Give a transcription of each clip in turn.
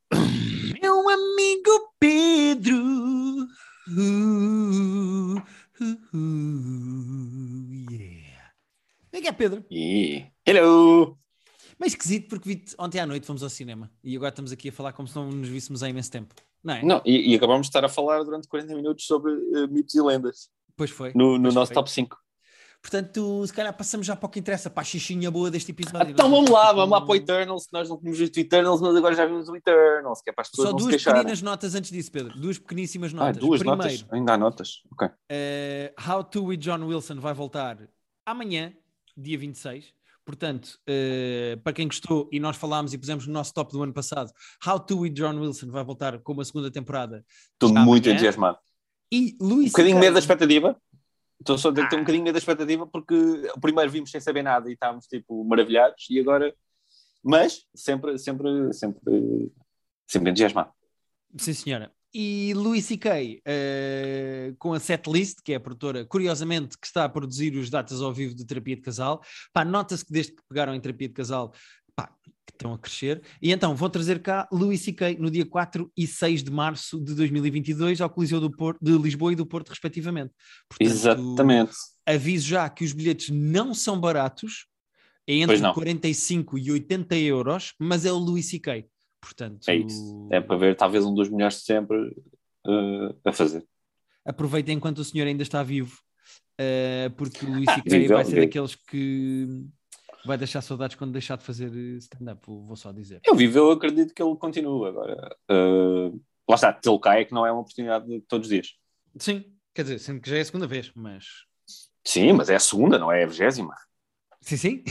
Meu amigo Pedro. Yeah. Como é que é, Pedro? Hello! Mas esquisito porque vi-te ontem à noite, fomos ao cinema e agora estamos aqui a falar como se não nos víssemos há imenso tempo, não é? Não, e acabamos de estar a falar durante 40 minutos sobre mitos e lendas Pois foi. no Pois nosso foi. top 5. Portanto, se calhar passamos já para o que interessa, para a xixinha boa deste episódio. Então Nós vamos lá para o Eternals. Nós não tínhamos visto o Eternals, mas agora já vimos o Eternals, que é para as pessoas Só não se duas queixarem. pequeninas notas antes disso, Pedro. Duas pequeníssimas notas. Duas Primeiro, notas? Ainda há notas? Ok. How to with John Wilson vai voltar amanhã, dia 26. Portanto, para quem gostou, e nós falámos e pusemos no nosso top do ano passado, How to with John Wilson vai voltar com uma segunda temporada. Estou muito entusiasmado. E Louis Um bocadinho C.K. medo da expectativa. Estou só a dizer que tenho um bocadinho medo da expectativa, porque o primeiro vimos sem saber nada e estávamos tipo maravilhados, e agora... Mas sempre entusiasmado. Sim, senhora. E Louis C.K. Com a Setlist, que é a produtora, curiosamente, que está a produzir os datas ao vivo de Terapia de Casal. Pá, nota-se que desde que pegaram em Terapia de Casal, pá, que estão a crescer. E então vão trazer cá Louis C.K. no dia 4 e 6 de março de 2022 ao Coliseu do Porto, de Lisboa e do Porto, respectivamente. Portanto, Exatamente. aviso já que os bilhetes não são baratos, é entre 45 e 80 euros, mas é o Louis C.K. Portanto, é isso. É para ver talvez um dos melhores de sempre a fazer. Aproveitem enquanto o senhor ainda está vivo, porque o Louis C.K. vai ser daqueles que vai deixar saudades quando deixar de fazer stand-up, vou só dizer. Eu acredito que ele continua agora. Lá está, ele cai, que não é uma oportunidade de todos os dias. Sim, quer dizer, sendo que já é a segunda vez, mas... Sim, mas é a segunda, não é a 20ª. Sim.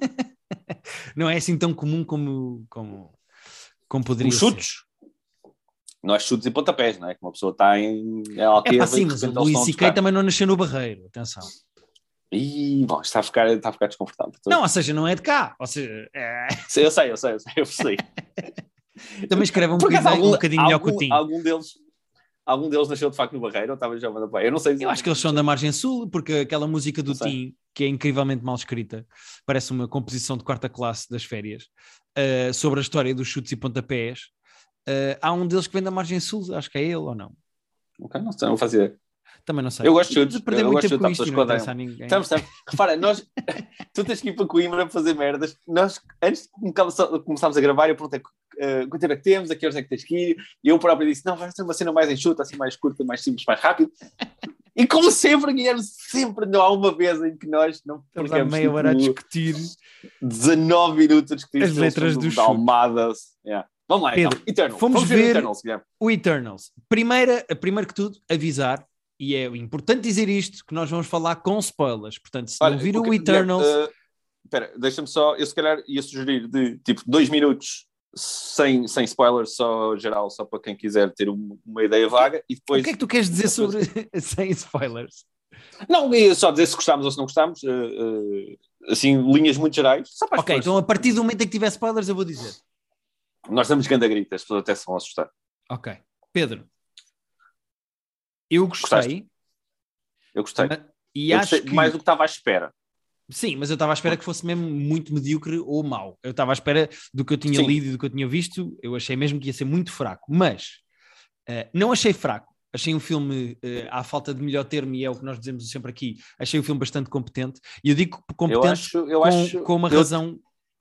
Não é assim tão comum como poderia Os chutes. Não é chutes e pontapés, não é? Que uma pessoa está em Alqueva. Sim, mas o Louis C.K. também não nasceu no Barreiro, atenção. E, bom, está a ficar desconfortável. Não, ou seja, não é de cá. Ou seja, Eu sei. Também escreve um bocadinho melhor que o Tim. Algum deles nasceu de facto no Barreiro ou estava já na praia? Eu não sei. Eu acho que eles são da Margem Sul, porque aquela música do Tim, que é incrivelmente mal escrita, parece uma composição de quarta classe das férias, sobre a história dos chutes e pontapés. Há um deles que vem da Margem Sul, acho que é ele ou não? Ok, não fazia. Também não sei. Eu gosto de chutes. Perder muito tempo com isto e não interessa a ninguém. Repara, tu tens que ir para Coimbra para fazer merdas. Nós, antes de começarmos a gravar, eu perguntei quanto tempo é que temos, a que horas é que tens que ir, e eu próprio disse, não, vai ser uma cena mais enxuta, assim mais curta, mais simples, mais rápido. E como sempre, Guilherme, não há uma vez em que nós não estamos há meia hora a discutir 19 minutos a discutir as letras do chute. Almadas. Yeah. Vamos lá, Pedro, então. Eternals. Vamos ver Eternals, Guilherme. o Eternals. Primeiro que tudo, avisar, e é importante dizer isto, que nós vamos falar com spoilers. Portanto, se não viram o Eternals... Espera, deixa-me só... Eu se calhar ia sugerir de, tipo, 2 minutos sem spoilers, só geral, só para quem quiser ter uma ideia vaga, e depois... O que é que tu queres dizer sobre sem spoilers? Não, ia só dizer se gostámos ou se não gostámos, assim, linhas muito gerais. Só para ok, então a partir do momento em que tiver spoilers eu vou dizer. Nós damos grande grita, as pessoas até se vão assustar. Ok. Pedro, eu gostei. Gostaste? Eu gostei. E acho que... mais do que estava à espera. Sim, mas eu estava à espera que fosse mesmo muito medíocre ou mau. Eu estava à espera do que eu tinha lido e do que eu tinha visto. Eu achei mesmo que ia ser muito fraco. Mas não achei fraco. Achei um filme, à falta de melhor termo, e é o que nós dizemos sempre aqui, achei o filme bastante competente. E eu digo competente com uma razão...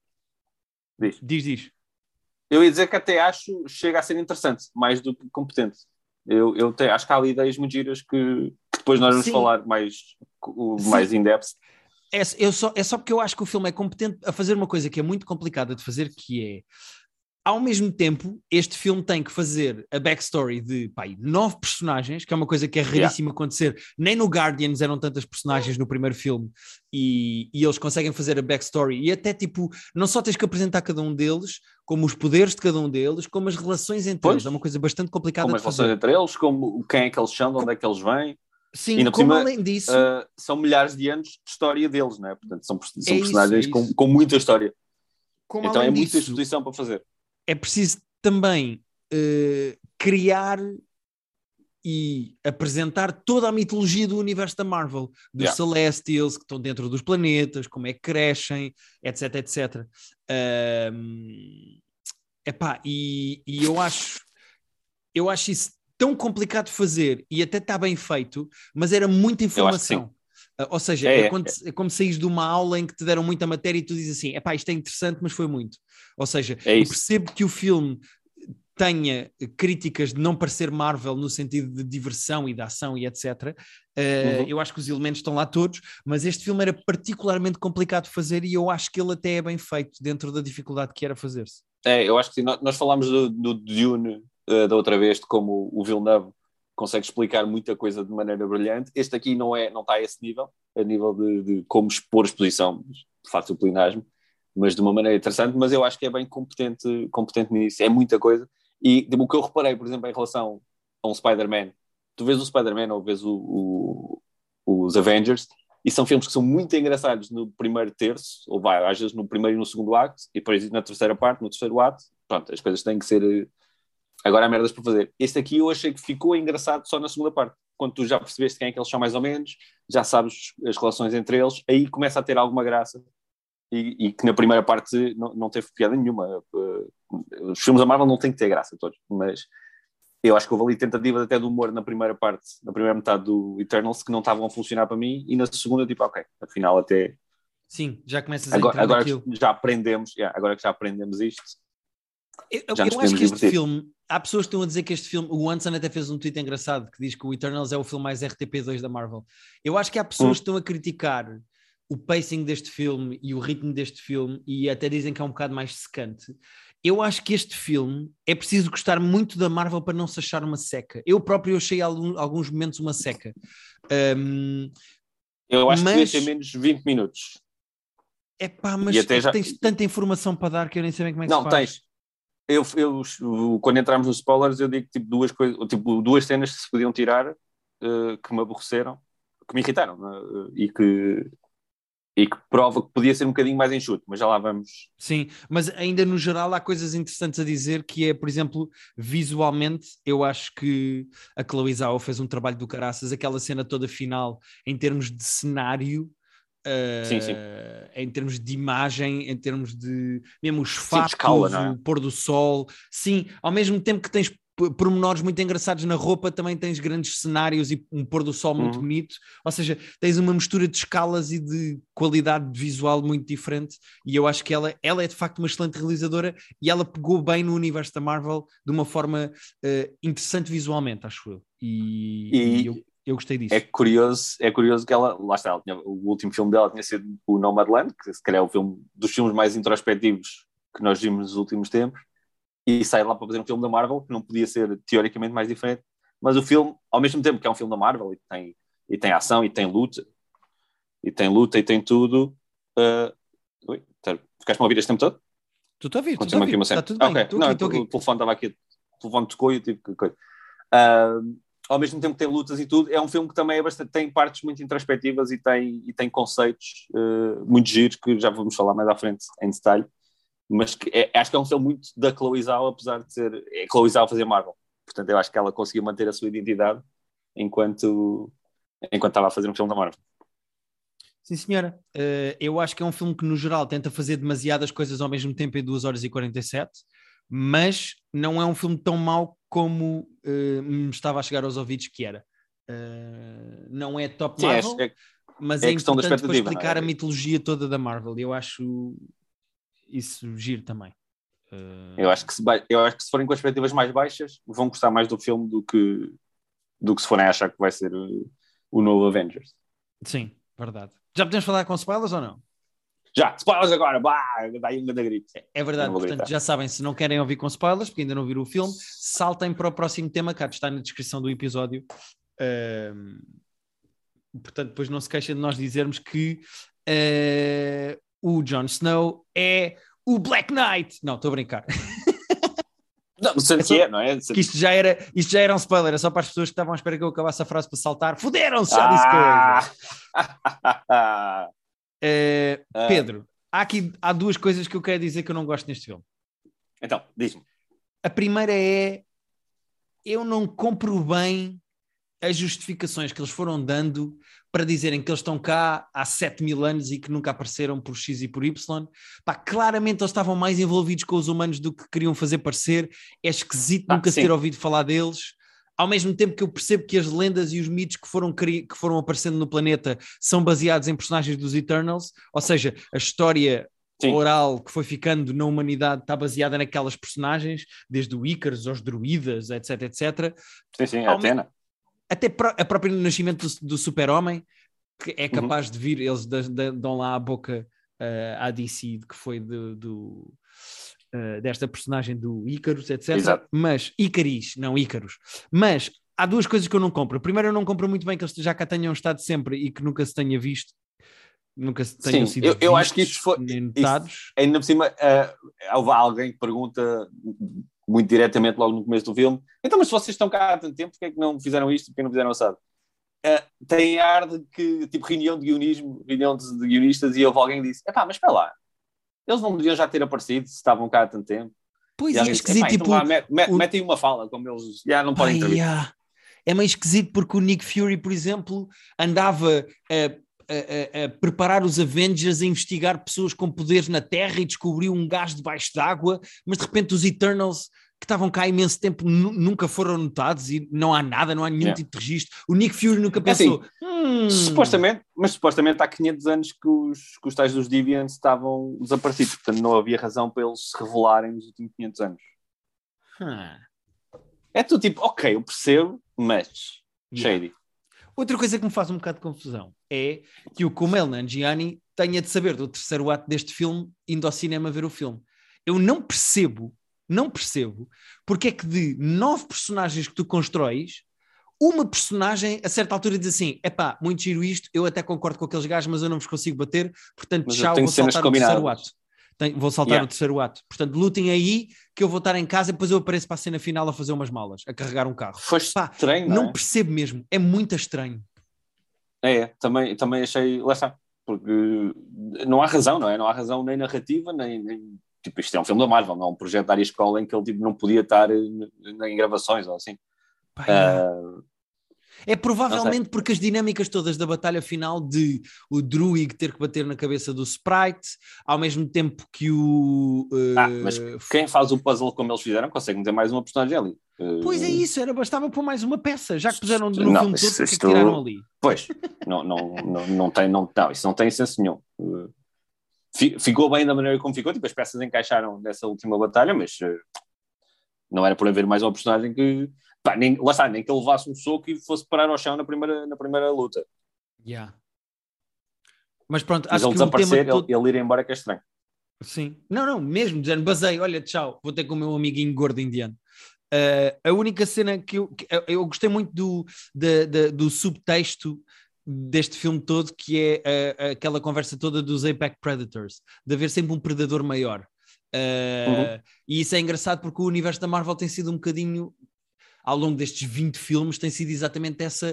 Diz. Eu ia dizer que até acho chega a ser interessante, mais do que competente. Eu acho que há ali ideias muito giras que depois nós vamos falar mais in-depth. É só porque eu acho que o filme é competente a fazer uma coisa que é muito complicada de fazer, que é, ao mesmo tempo, este filme tem que fazer a backstory de 9 personagens, que é uma coisa que é raríssima acontecer. Nem no Guardians eram tantas personagens no primeiro filme, e eles conseguem fazer a backstory, e até tipo, não só tens que apresentar cada um deles, como os poderes de cada um deles, como as relações entre eles. É uma coisa bastante complicada de fazer. Como as relações entre eles, como quem é que eles são, de onde é que eles vêm. Sim, como cima, além disso... são milhares de anos de história deles, não é? Portanto, são personagens com muita história. Como então é muita disso, exposição para fazer. É preciso também criar e apresentar toda a mitologia do universo da Marvel, dos Celestials, que estão dentro dos planetas, como é que crescem, etc, etc. Epá, e eu acho isso tão complicado de fazer e até está bem feito, mas era muita Eu acho que sim. informação. Ou seja, é como saís de uma aula em que te deram muita matéria e tu dizes assim, epá, isto é interessante, mas foi muito. Ou seja, É eu isso. percebo que o filme tenha críticas de não parecer Marvel no sentido de diversão e de ação e etc. Eu acho que os elementos estão lá todos, mas este filme era particularmente complicado de fazer e eu acho que ele até é bem feito dentro da dificuldade que era fazer-se. Eu acho que sim. Nós falámos do Dune da outra vez, de como o Villeneuve consegue explicar muita coisa de maneira brilhante. Este aqui não está a esse nível, a nível de como expor exposição, de facto o plenasmo, mas de uma maneira interessante, mas eu acho que é bem competente nisso, é muita coisa. E o que eu reparei, por exemplo, em relação a um Spider-Man, tu vês o Spider-Man ou vês os Avengers, e são filmes que são muito engraçados no primeiro terço, ou às vezes no primeiro e no segundo acto, e depois na terceira parte, no terceiro ato, pronto, as coisas têm que ser... Agora há merdas para fazer. Este aqui eu achei que ficou engraçado só na segunda parte. Quando tu já percebeste quem é que eles são mais ou menos, já sabes as relações entre eles, aí começa a ter alguma graça. E que na primeira parte não teve piada nenhuma. Os filmes da Marvel não têm que ter graça todos, mas eu acho que houve ali tentativas até de humor na primeira parte, na primeira metade do Eternals, que não estavam a funcionar para mim, e na segunda, tipo, ok, afinal até... Sim, já começas a entrar Agora naquilo. que já aprendemos, agora que já aprendemos isto, já nos Eu acho podemos que este divertir. filme, há pessoas que estão a dizer que este filme, o Anson até fez um tweet engraçado que diz que o Eternals é o filme mais RTP2 da Marvel. Eu acho que há pessoas que estão a criticar o pacing deste filme e o ritmo deste filme e até dizem que é um bocado mais secante. Eu acho que este filme é preciso gostar muito da Marvel para não se achar uma seca. Eu próprio achei alguns momentos uma seca. Eu acho que devia Mas ter menos 20 minutos. mas E até é que já... tens tanta informação para dar que eu nem sei bem como é que se Não, faz. tens. Quando entramos nos spoilers, eu digo tipo duas cenas que se podiam tirar, que me aborreceram, que me irritaram, né? E que prova que podia ser um bocadinho mais enxuto, mas já lá vamos. Sim, mas ainda no geral há coisas interessantes a dizer, que é, por exemplo, visualmente, eu acho que a Chloe Zhao fez um trabalho do caraças, aquela cena toda final, em termos de cenário, Sim. em termos de imagem, em termos de mesmo os Sim, de escala, fatos, não é? o pôr do sol, sim, ao mesmo tempo que tens pormenores muito engraçados na roupa, também tens grandes cenários e um pôr do sol muito bonito, ou seja, tens uma mistura de escalas e de qualidade visual muito diferente, e eu acho que ela é de facto uma excelente realizadora e ela pegou bem no universo da Marvel de uma forma interessante visualmente, acho eu, e eu gostei disso. É curioso que ela, lá está, o último filme dela tinha sido o Nomadland, que se calhar é o filme dos filmes mais introspectivos que nós vimos nos últimos tempos, e sai lá para fazer um filme da Marvel, que não podia ser teoricamente mais diferente, mas o filme, ao mesmo tempo que é um filme da Marvel, e tem ação, e tem luta, e tem tudo. Ui, ficaste-me a ouvir este tempo todo? Tu está a ouvir, Aconteceu-me aqui uma está cena. tudo bem, Ok, estou não, aqui. o telefone estava aqui, o telefone tocou e eu tive que coisa. Ao mesmo tempo que tem lutas e tudo, é um filme que também tem partes muito introspectivas e tem conceitos muito giros, que já vamos falar mais à frente em detalhe, mas acho que é um filme muito da Chloe Zhao, apesar de ser Chloe Zhao fazer Marvel. Portanto, eu acho que ela conseguiu manter a sua identidade enquanto estava a fazer um filme da Marvel. Sim, senhora. Eu acho que é um filme que, no geral, tenta fazer demasiadas coisas ao mesmo tempo em 2 horas e 47, mas não é um filme tão mau como me estava a chegar aos ouvidos que era. Não é top Sim, Marvel, mas é questão da importante para expectativa, explicar a mitologia toda da Marvel. Eu acho isso giro também. Eu acho que se forem com expectativas mais baixas, vão gostar mais do filme do que se forem achar que vai ser o novo Avengers. Sim, verdade. Já podemos falar com spoilers ou não? Já, spoilers agora, bah, dá aí um grande grito. É verdade, portanto, já sabem, se não querem ouvir com spoilers, porque ainda não viram o filme, saltem para o próximo tema, cá está na descrição do episódio. Portanto, depois não se queixem de nós dizermos que o Jon Snow é o Black Knight. Não, estou a brincar. Não, não sei o que é, não é? Que isto já era um spoiler, é só para as pessoas que estavam à espera que eu acabasse a frase para saltar. Fuderam-se, já disse coisa. Pedro, há 2 coisas que eu quero dizer que eu não gosto neste filme. Então, diz-me. A primeira é: eu não compro bem as justificações que eles foram dando para dizerem que eles estão cá há 7.000 anos e que nunca apareceram por X e por Y, pá, claramente eles estavam mais envolvidos com os humanos do que queriam fazer parecer. É esquisito nunca se ter ouvido falar deles. Ao mesmo tempo que eu percebo que as lendas e os mitos que foram aparecendo no planeta são baseados em personagens dos Eternals, ou seja, a história oral que foi ficando na humanidade está baseada naquelas personagens, desde o Ícaros aos druidas, etc, etc. Sim, a Atena. Até a própria nascimento do super-homem, que é capaz de vir, eles dão lá a boca à DC, que foi desta personagem do Ícaros, etc. Exato. Mas, Ícaris, não Ícaros. Mas há duas coisas que eu não compro. Primeiro, eu não compro muito bem que eles já cá tenham estado sempre e que nunca se tenha visto. Nunca se tenham sido vistos, eu acho que isto foi notados. Ainda por cima, houve alguém que pergunta muito diretamente logo no começo do filme, então, mas se vocês estão cá há tanto tempo, porque é que não fizeram isto, porque não fizeram assado? Tem ar de que, tipo, reunião de guionistas, e houve alguém que disse, mas espera lá, eles não deviam já ter aparecido se estavam cá há tanto tempo. Pois é, esquisito, disse, tipo... metem uma fala, como eles já não podem entrevistar. É meio esquisito porque o Nick Fury, por exemplo, andava a preparar os Avengers, a investigar pessoas com poderes na Terra e descobriu um gás debaixo d'água, mas de repente os Eternals, que estavam cá há imenso tempo, nunca foram notados e não há nada, não há nenhum tipo de registro. O Nick Fury nunca pensou... Supostamente há 500 anos que os tais dos Deviants estavam desaparecidos, portanto não havia razão para eles se revelarem nos últimos 500 anos. É tudo tipo, ok, eu percebo, mas shady. Outra coisa que me faz um bocado de confusão é que o Kumail Nanjiani tenha de saber do terceiro ato deste filme indo ao cinema ver o filme. Eu não percebo porque é que de 9 personagens que tu constróis, uma personagem a certa altura diz assim, muito giro isto, eu até concordo com aqueles gajos, mas eu não vos consigo bater, portanto tchau, vou saltar o terceiro ato. Vou saltar o terceiro ato. Portanto, lutem aí que eu vou estar em casa e depois eu apareço para a cena final a fazer umas malas, a carregar um carro. Foi estranho, não percebo mesmo. É muito estranho. Também achei... Lá está. Porque não há razão, não é? Não há razão nem narrativa, nem tipo, isto é um filme da Marvel, não é um projeto da área escola em que ele tipo, não podia estar em gravações ou assim. É provavelmente porque as dinâmicas todas da batalha final de o Druig ter que bater na cabeça do Sprite, ao mesmo tempo que o... mas quem faz o puzzle como eles fizeram consegue meter mais uma personagem ali. Pois é isso, bastava pôr mais uma peça, já que puseram no filme todo, porque tiraram ali. Pois, isso não tem senso nenhum. Ficou bem da maneira como ficou, tipo, as peças encaixaram nessa última batalha, mas não era por haver mais uma personagem que... nem que ele levasse um soco e fosse parar ao chão na primeira luta. Mas pronto, mas acho ele que desaparecer, ele ir embora que é estranho. Sim. Não, mesmo, dizendo, basei, olha, tchau, vou ter com o meu amiguinho gordo indiano. A única cena que eu gostei muito do subtexto deste filme todo, que é aquela conversa toda dos Apex Predators, de haver sempre um predador maior. E isso é engraçado porque o universo da Marvel tem sido um bocadinho, ao longo destes 20 filmes, tem sido exatamente essa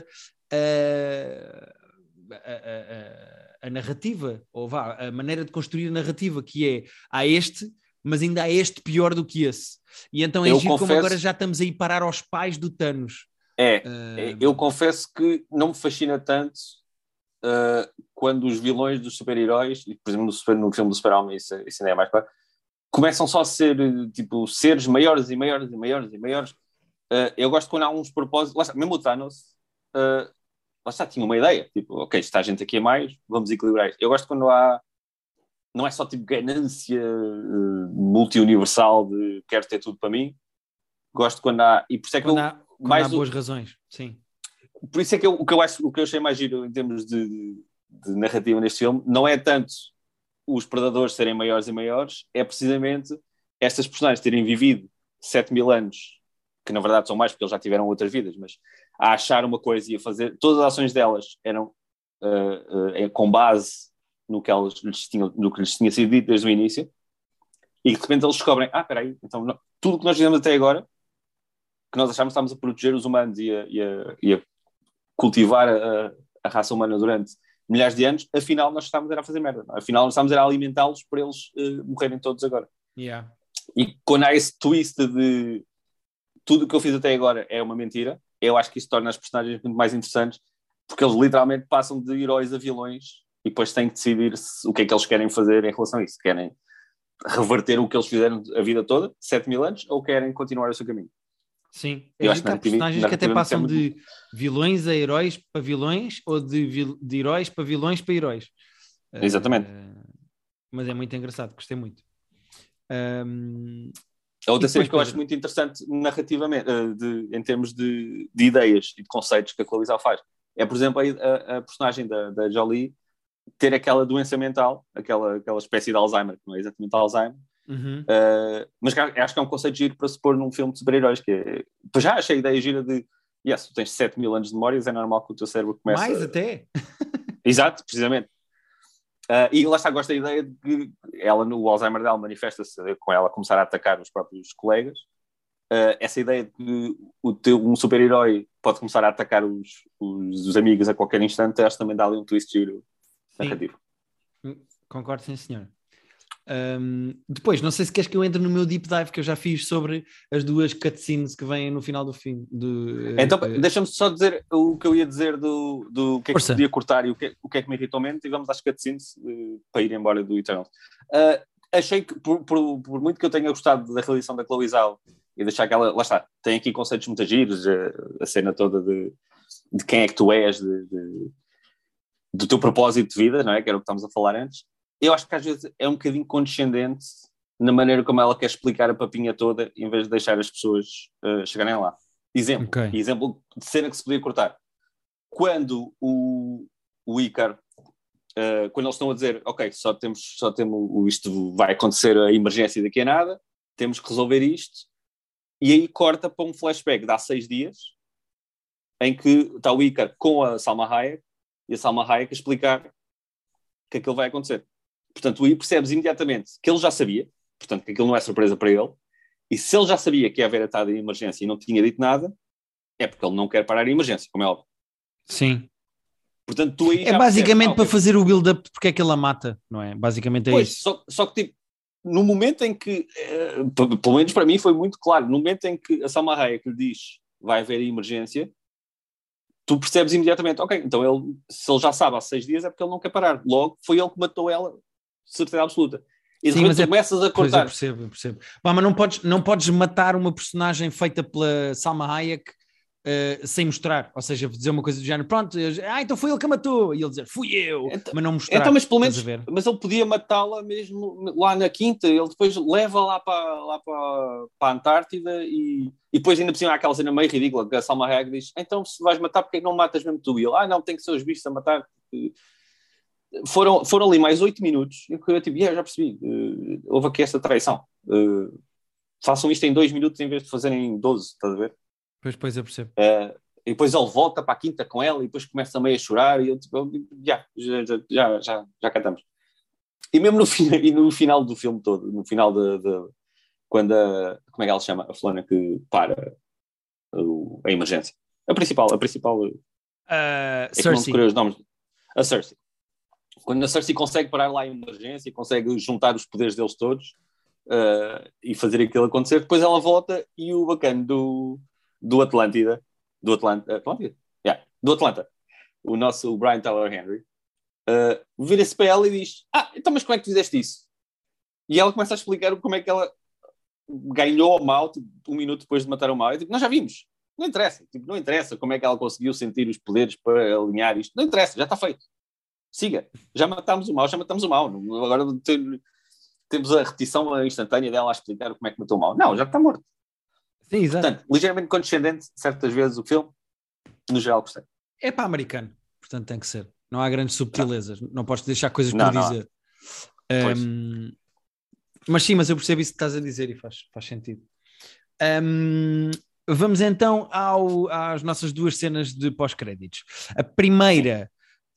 a narrativa, ou a maneira de construir a narrativa, que é, há este, mas ainda há este pior do que esse. E então é giro como agora já estamos a ir parar aos pais do Thanos. Eu confesso que não me fascina tanto quando os vilões dos super-heróis, e por exemplo no filme do Super-Homem isso ainda é mais claro, começam só a ser tipo seres maiores e maiores e maiores e maiores. Eu gosto quando há uns propósitos, lá está, mesmo o Thanos lá está, tinha uma ideia, tipo, ok, está a gente aqui a mais, vamos equilibrar isto. Eu gosto quando há, não é só tipo ganância multi-universal de quero ter tudo para mim, gosto quando há, e por isso é que quando há boas razões, sim. Por isso é que o que eu achei mais giro em termos de narrativa neste filme, não é tanto os predadores serem maiores e maiores, é precisamente estas personagens terem vivido 7.000 anos, que na verdade são mais porque eles já tiveram outras vidas, mas a achar uma coisa e a fazer, todas as ações delas eram com base no que lhes tinha sido dito desde o início, e de repente eles descobrem, espera aí, então tudo o que nós fizemos até agora, que nós achávamos que estávamos a proteger os humanos e a cultivar a raça humana durante milhares de anos, afinal nós estávamos a fazer merda, afinal nós estávamos a alimentá-los para eles morrerem todos agora. E quando há esse twist de tudo o que eu fiz até agora é uma mentira, eu acho que isso torna as personagens muito mais interessantes, porque eles literalmente passam de heróis a vilões e depois têm que decidir o que é que eles querem fazer em relação a isso. Querem reverter o que eles fizeram a vida toda, 7.000 anos, ou querem continuar o seu caminho? Sim, Eu acho que há personagens que até passam muito... de vilões a heróis para vilões, ou de heróis para vilões para heróis. Exatamente. Mas é muito engraçado, gostei muito. A outra cena que eu acho muito interessante narrativamente, em termos de ideias e de conceitos que a Chloe Zhao faz, é, por exemplo, a personagem da Jolie ter aquela doença mental, aquela espécie de Alzheimer, que não é exatamente Alzheimer, mas acho que é um conceito giro para se pôr num filme de super-heróis, que é... Pois já achei a ideia gira de, tu tens 7.000 anos de memórias, é normal que o teu cérebro comece... Mais até? Exato, precisamente. E lá está, gosto da ideia de que ela, no Alzheimer dela, manifesta-se com ela começar a atacar os próprios colegas. Essa ideia de que um super-herói pode começar a atacar os amigos a qualquer instante, acho que também dá ali um twist giro narrativo. Concordo, sim, senhor. Depois, não sei se queres que eu entre no meu deep dive que eu já fiz sobre as duas cutscenes que vêm no final do filme. Então, deixa-me só dizer o que eu ia dizer do que é que se podia cortar e o que é que me irritou menos, e vamos às cutscenes para ir embora do Eternal. Achei que, por muito que eu tenha gostado da realização da Chloe Zhao e deixar que ela, lá está, tem aqui conceitos muito giros, a cena toda de quem é que tu és, do teu propósito de vida, não é? Que era o que estávamos a falar antes. Eu acho que às vezes é um bocadinho condescendente na maneira como ela quer explicar a papinha toda, em vez de deixar as pessoas chegarem lá. Exemplo de cena que se podia cortar. Quando o Icaro, quando eles estão a dizer, ok, só temos isto vai acontecer, a emergência daqui a nada, temos que resolver isto, e aí corta para um flashback de há 6 dias, em que está o Icaro com a Salma Hayek, e a Salma Hayek a explicar que aquilo vai acontecer. Portanto, aí percebes imediatamente que ele já sabia, portanto, que aquilo não é surpresa para ele, e se ele já sabia que ia haver estado em emergência e não tinha dito nada, é porque ele não quer parar a emergência, como é óbvio. Sim. Portanto, tu aí já basicamente para fazer o build-up de porque é que ele a mata, não é? Basicamente é isso. Só que, tipo, no momento em que, pelo menos para mim foi muito claro, no momento em que a Salma Hayek lhe diz vai haver emergência, tu percebes imediatamente, ok, então se ele já sabe há 6 dias é porque ele não quer parar. Logo, foi ele que matou ela, certeza absoluta. E de repente tu começas a cortar. Pois eu percebo. Mas não podes matar uma personagem feita pela Salma Hayek sem mostrar. Ou seja, dizer uma coisa do género, pronto, então foi ele que a matou. E ele dizer, fui eu, mas não mostrar. Então, mas pelo menos, mas ele podia matá-la mesmo lá na quinta. Ele depois leva lá para a Antártida e depois ainda por cima há aquela cena meio ridícula que a Salma Hayek diz, então se vais matar, porque é que não matas mesmo tu? E ele, não, tem que ser os bichos a matar. Foram ali mais 8 minutos e eu tipo, já percebi, houve aqui esta traição. Façam isto em 2 minutos em vez de fazerem em 12, estás a ver? Pois eu percebo. E depois ele volta para a quinta com ela e depois começa meio a chorar e eu tipo, já cantamos. E mesmo no final do filme todo, no final quando como é que ela se chama? A fulana que para a emergência. A principal Cersei. Não os nomes. A Cersei. Quando a Cersei consegue parar lá a emergência, consegue juntar os poderes deles todos e fazer aquilo acontecer, depois ela volta e o bacana do Atlanta, o nosso Brian Tyler Henry, vira-se para ela e diz, então mas como é que tu fizeste isso? E ela começa a explicar como é que ela ganhou o mal, tipo, 1 minuto depois de matar o mal. E tipo, nós já vimos, não interessa como é que ela conseguiu sentir os poderes para alinhar isto, não interessa, já está feito, siga, já matámos o mal. Agora temos a repetição instantânea dela a explicar como é que matou o mal. Não, já está morto. Sim, exato. Portanto, ligeiramente condescendente, certas vezes o filme, no geral gostei. É para americano, portanto tem que ser. Não há grandes subtilezas, não podes deixar coisas por dizer. Mas sim, mas eu percebo isso que estás a dizer e faz sentido. Vamos então às nossas 2 cenas de pós-créditos. A primeira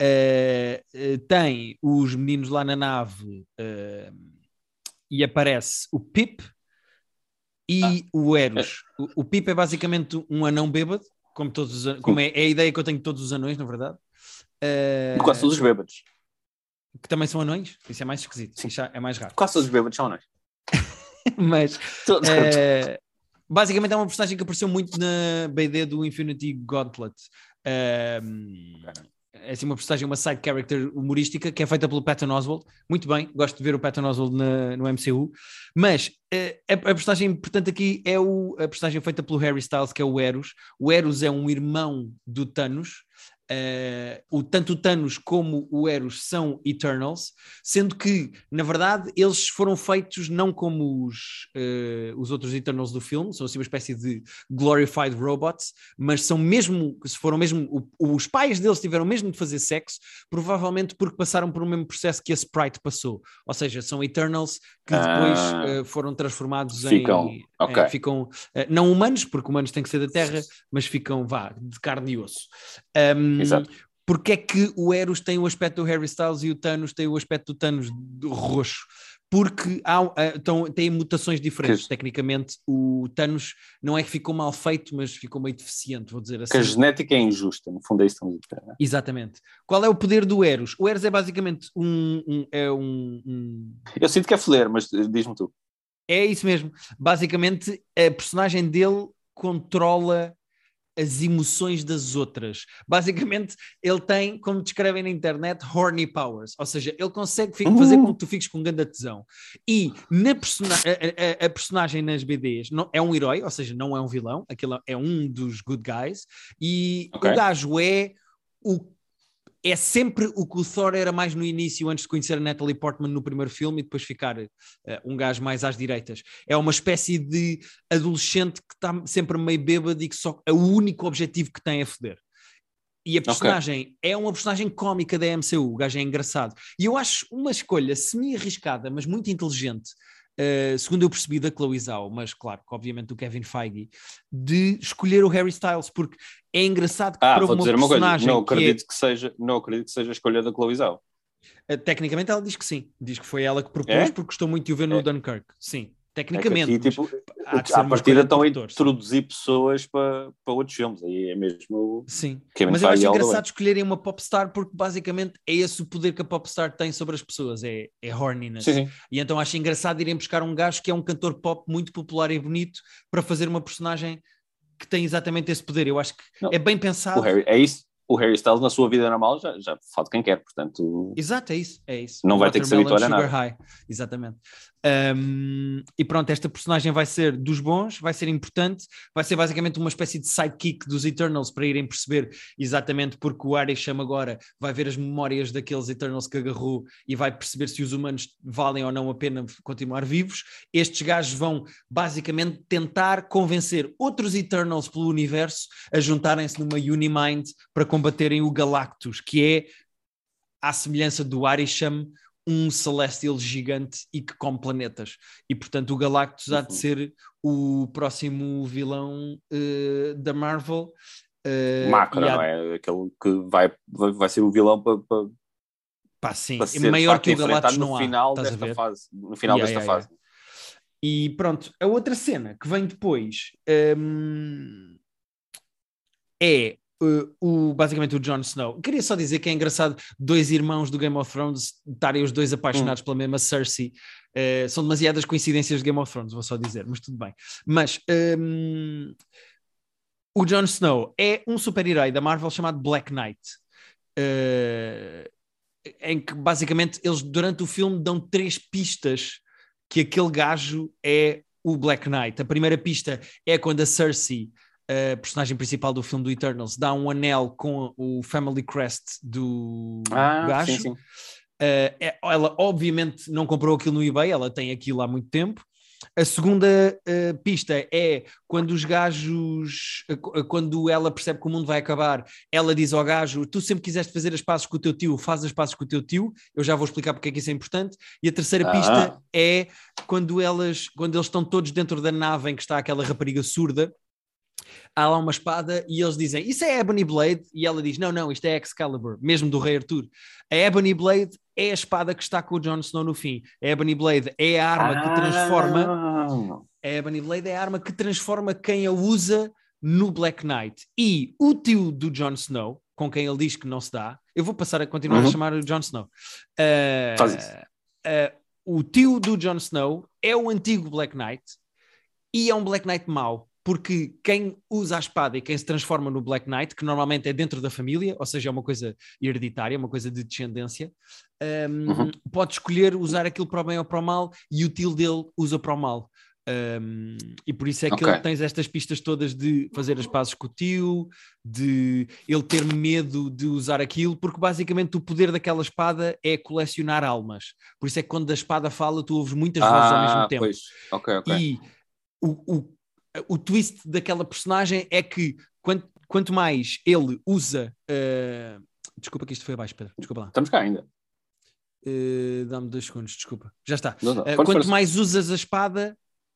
tem os meninos lá na nave e aparece o Pip e o Eros. O Pip é basicamente um anão bêbado, como é a ideia que eu tenho de todos os anões, na verdade. Quase todos os bêbados. Que também são anões? Isso é mais esquisito, isso é mais raro. Quase todos os bêbados são anões. Mas Basicamente é uma personagem que apareceu muito na BD do Infinity Gauntlet. É assim uma personagem, uma side character humorística que é feita pelo Patton Oswalt. Muito bem, gosto de ver o Patton Oswalt no MCU. Mas a personagem importante aqui é a personagem feita pelo Harry Styles, que é o Eros. O Eros é um irmão do Thanos. Tanto o Thanos como o Eros são Eternals, sendo que, na verdade, eles foram feitos não como os outros Eternals do filme, são assim uma espécie de glorified robots, mas são mesmo, se foram mesmo, os pais deles tiveram mesmo de fazer sexo, provavelmente porque passaram por o mesmo processo que a Sprite passou, ou seja, são Eternals que depois foram transformados ficam não humanos, porque humanos têm que ser da Terra, mas ficam, de carne e osso. Exato. Porque é que o Eros tem o aspecto do Harry Styles e o Thanos tem o aspecto do Thanos roxo? Porque têm mutações diferentes. Tecnicamente, o Thanos não é que ficou mal feito, mas ficou meio deficiente, vou dizer assim. Que a genética é injusta, no fundo é isso que estamos a dizer. Exatamente. Qual é o poder do Eros? O Eros é basicamente Eu sinto que é foder, mas diz-me tu. É isso mesmo. Basicamente, a personagem dele controla as emoções das outras. Basicamente, ele tem, como descrevem na internet, horny powers, ou seja, ele consegue fazer com que tu fiques com grande tesão. E a personagem nas BDs é um herói, ou seja, não é um vilão, aquele é um dos good guys, e o gajo é sempre o que o Thor era mais no início, antes de conhecer a Natalie Portman no primeiro filme e depois ficar um gajo mais às direitas. É uma espécie de adolescente que está sempre meio bêbado e que só o único objetivo que tem é foder. E a personagem é uma personagem cómica da MCU, o gajo é engraçado. E eu acho uma escolha semi-arriscada, mas muito inteligente, segundo eu percebi da Chloe Zhao, mas claro, que obviamente do Kevin Feige, de escolher o Harry Styles, porque é engraçado que para vou uma dizer personagem uma coisa, não acredito que seja a escolha da Chloe Zhao. Tecnicamente ela diz que sim, diz que foi ela que propôs porque gostou muito de o ver no Dunkirk, sim, tecnicamente. Aqui, à partida estão a introduzir pessoas para outros filmes, aí é mesmo. Sim, mas eu acho engraçado escolherem uma popstar porque basicamente é esse o poder que a popstar tem sobre as pessoas, é horniness. Sim. E então acho engraçado irem buscar um gajo que é um cantor pop muito popular e bonito para fazer uma personagem que tem exatamente esse poder. Eu acho que é bem pensado. É isso. O Harry Styles na sua vida normal já fala de quem quer, portanto... Exato, é isso. Não vai ter que se habituar a nada. High. Exatamente. E pronto, esta personagem vai ser dos bons, vai ser importante, vai ser basicamente uma espécie de sidekick dos Eternals para irem perceber exatamente porque o Arishem agora vai ver as memórias daqueles Eternals que agarrou e vai perceber se os humanos valem ou não a pena continuar vivos. Estes gajos vão basicamente tentar convencer outros Eternals pelo universo a juntarem-se numa Unimind para combaterem o Galactus, que é, à semelhança do Arishem, um Celestial gigante e que come planetas. E, portanto, o Galactus há de ser o próximo vilão da Marvel. Macro, não é? Aquele que vai ser o vilão para sim, ser maior que o Galactus no final desta fase. No final desta fase. E pronto, a outra cena que vem depois é basicamente o Jon Snow. Queria só dizer que é engraçado dois irmãos do Game of Thrones estarem os dois apaixonados pela mesma Cersei. São demasiadas coincidências de Game of Thrones, vou só dizer, mas tudo bem. Mas o Jon Snow é um super-herói da Marvel chamado Black Knight, em que basicamente eles durante o filme dão 3 pistas que aquele gajo é o Black Knight. A primeira pista é quando a Cersei, a personagem principal do filme do Eternals, dá um anel com o Family Crest do gajo. Sim. Ela obviamente não comprou aquilo no eBay, ela tem aquilo há muito tempo. A segunda pista é quando os gajos, quando ela percebe que o mundo vai acabar, ela diz ao gajo: tu sempre quiseste fazer as pazes com o teu tio, faz as pazes com o teu tio. Eu já vou explicar porque é que isso é importante. E a terceira pista é quando eles estão todos dentro da nave em que está aquela rapariga surda. Há lá uma espada e eles dizem: isso é Ebony Blade? E ela diz: não, isto é Excalibur, mesmo do Rei Arthur. A Ebony Blade é a espada que está com o Jon Snow no fim. A Ebony Blade é a arma que transforma. A Ebony Blade é a arma que transforma quem a usa no Black Knight. E o tio do Jon Snow, com quem ele diz que não se dá, eu vou passar a continuar a chamar o Jon Snow. Faz isso. O tio do Jon Snow é o antigo Black Knight. E é um Black Knight mau, porque quem usa a espada e quem se transforma no Black Knight, que normalmente é dentro da família, ou seja, é uma coisa hereditária, uma coisa de descendência, pode escolher usar aquilo para o bem ou para o mal, e o tio dele usa para o mal. E por isso é que ele tens estas pistas todas de fazer as pazes com o tio, de ele ter medo de usar aquilo, porque basicamente o poder daquela espada é colecionar almas. Por isso é que quando a espada fala, tu ouves muitas vozes ao mesmo tempo. Pois. Ok. E o twist daquela personagem é que quanto mais ele usa... Desculpa que isto foi abaixo, Pedro. Desculpa lá. Estamos cá ainda. Dá-me 2 segundos, desculpa. Já está. Não. Quanto mais usas a espada,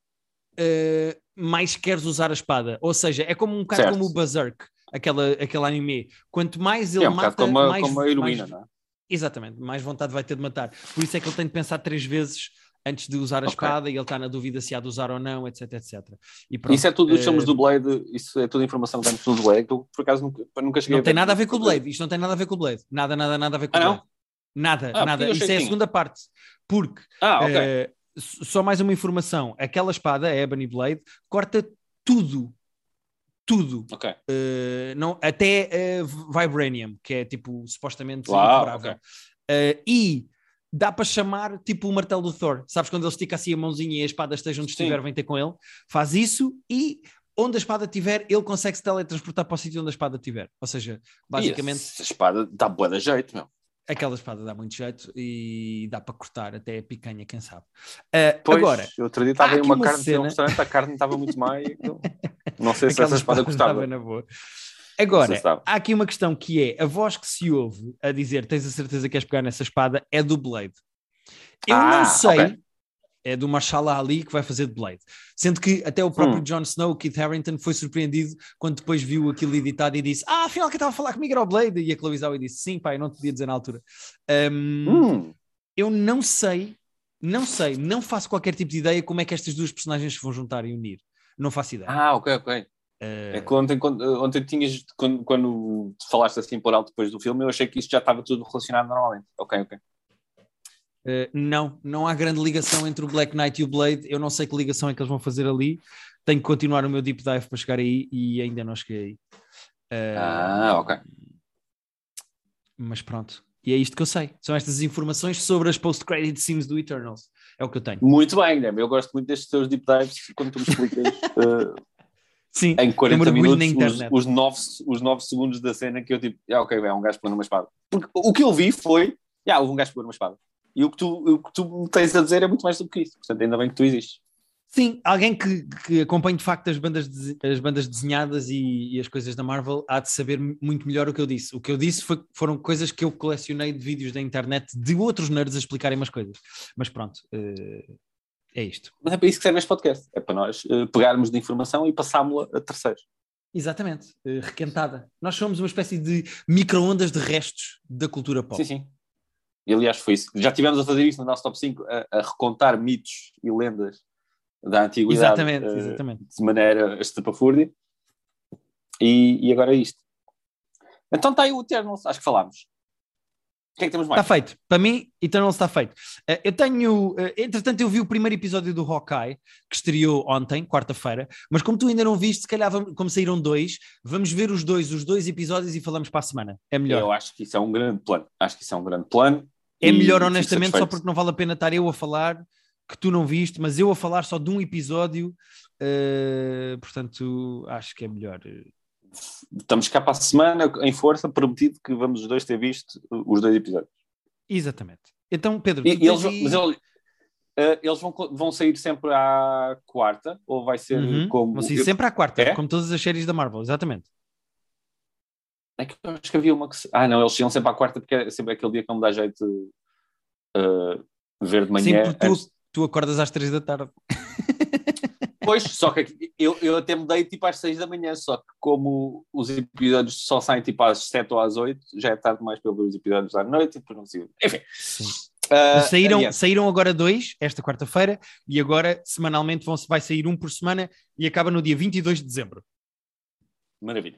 mais queres usar a espada. Ou seja, é como um bocado como o Berserk, aquele anime. Quanto mais ele mata, mais... como a heroína, não é? Exatamente, mais vontade vai ter de matar. Por isso é que ele tem de pensar 3 vezes antes de usar a espada, e ele está na dúvida se há de usar ou não, etc. E pronto, isso é tudo dos filmes do Blade, isso é toda informação que temos do Blade, que eu por acaso nunca cheguei a ver. Não tem nada a ver com o Blade, isto não tem nada a ver com o Blade. Nada a ver com o Blade. Nada. Isso é a segunda parte. Porque... só mais uma informação, aquela espada, a Ebony Blade, corta tudo. Não, até Vibranium, que é tipo supostamente inquebrável. E dá para chamar tipo o martelo do Thor. Sabes quando ele estica assim a mãozinha e a espada esteja onde estiver, vem ter com ele? Faz isso e onde a espada estiver, ele consegue se teletransportar para o sítio onde a espada estiver. Ou seja, basicamente... a espada dá bué de jeito, meu. Aquela espada dá muito jeito e dá para cortar até a picanha, quem sabe. Agora, eu outro dia estava em uma carne cena... no restaurante, a carne estava muito má e não sei se essa espada cortava. Na boa. Agora, há aqui uma questão que é, a voz que se ouve a dizer, tens a certeza que queres pegar nessa espada, é do Blade. Eu não sei, é do Marshall Ali que vai fazer de Blade. Sendo que até o próprio Jon Snow, o Kit Harington, foi surpreendido quando depois viu aquilo editado e disse, afinal que estava a falar comigo era o Blade, e a Chloe Zhao disse, sim pá, eu não te podia dizer na altura. Eu não sei, não faço qualquer tipo de ideia como é que estas duas personagens se vão juntar e unir. Não faço ideia. Ok. É que ontem tinhas, quando falaste assim por alto depois do filme, eu achei que isto já estava tudo relacionado normalmente. Ok. Não há grande ligação entre o Black Knight e o Blade. Eu não sei que ligação é que eles vão fazer ali. Tenho que continuar o meu deep dive para chegar aí e ainda não cheguei aí. Ok. Mas pronto. E é isto que eu sei. São estas informações sobre as post-credit scenes do Eternals. É o que eu tenho. Muito bem, né? Eu gosto muito destes teus deep dives quando tu me explicas sim, em 40 minutos os 9 segundos da cena que eu tipo, ok, é um gajo pegando uma espada. Porque o que eu vi foi, houve um gajo pegando uma espada. E o que tu me tens a dizer é muito mais do que isso. Portanto, ainda bem que tu existes. Sim, alguém que acompanhe de facto as bandas desenhadas e as coisas da Marvel há de saber muito melhor o que eu disse. O que eu disse foram coisas que eu colecionei de vídeos da internet de outros nerds a explicarem umas coisas. Mas pronto, é isto. Mas é para isso que serve este podcast. É para nós pegarmos de informação e passámos-la a terceiros. Exatamente, requentada. Nós somos uma espécie de micro-ondas de restos da cultura pop. Sim. E aliás foi isso. Já estivemos a fazer isso no nosso top 5, a recontar mitos e lendas da antiguidade. Exatamente. De maneira estapafúrdia. E agora é isto. Então está aí o Eternals, acho que falámos. O que é que temos mais? Está feito. Para mim, Eternals está feito. Eu tenho... entretanto, eu vi o primeiro episódio do Hawkeye, que estreou ontem, quarta-feira, mas como tu ainda não viste, se calhar, como saíram 2, vamos ver os dois episódios e falamos para a semana. É melhor. Eu acho que isso é um grande plano. É melhor, honestamente, só porque não vale a pena estar eu a falar, que tu não viste, mas eu a falar só de um episódio, portanto, acho que é melhor. Estamos cá para a semana, em força, prometido que vamos os dois ter visto os 2 episódios. Exatamente. Então, Pedro... Eles vão sair sempre à quarta, ou vai ser como... Vão sair sempre à quarta, como todas as séries da Marvel, exatamente. É que eu acho que havia uma que... não, eles iam sempre à quarta porque é sempre aquele dia que não me dá jeito ver de manhã. Sim, porque tu acordas às 3 da tarde. Pois, só que eu até me dei tipo às 6 da manhã, só que como os episódios só saem tipo às 7 ou às 8, já é tarde mais para eu ver os episódios à noite e depois não consigo. Enfim. Saíram agora 2, esta quarta-feira, e agora semanalmente vai sair um por semana e acaba no dia 22 de dezembro. Maravilha.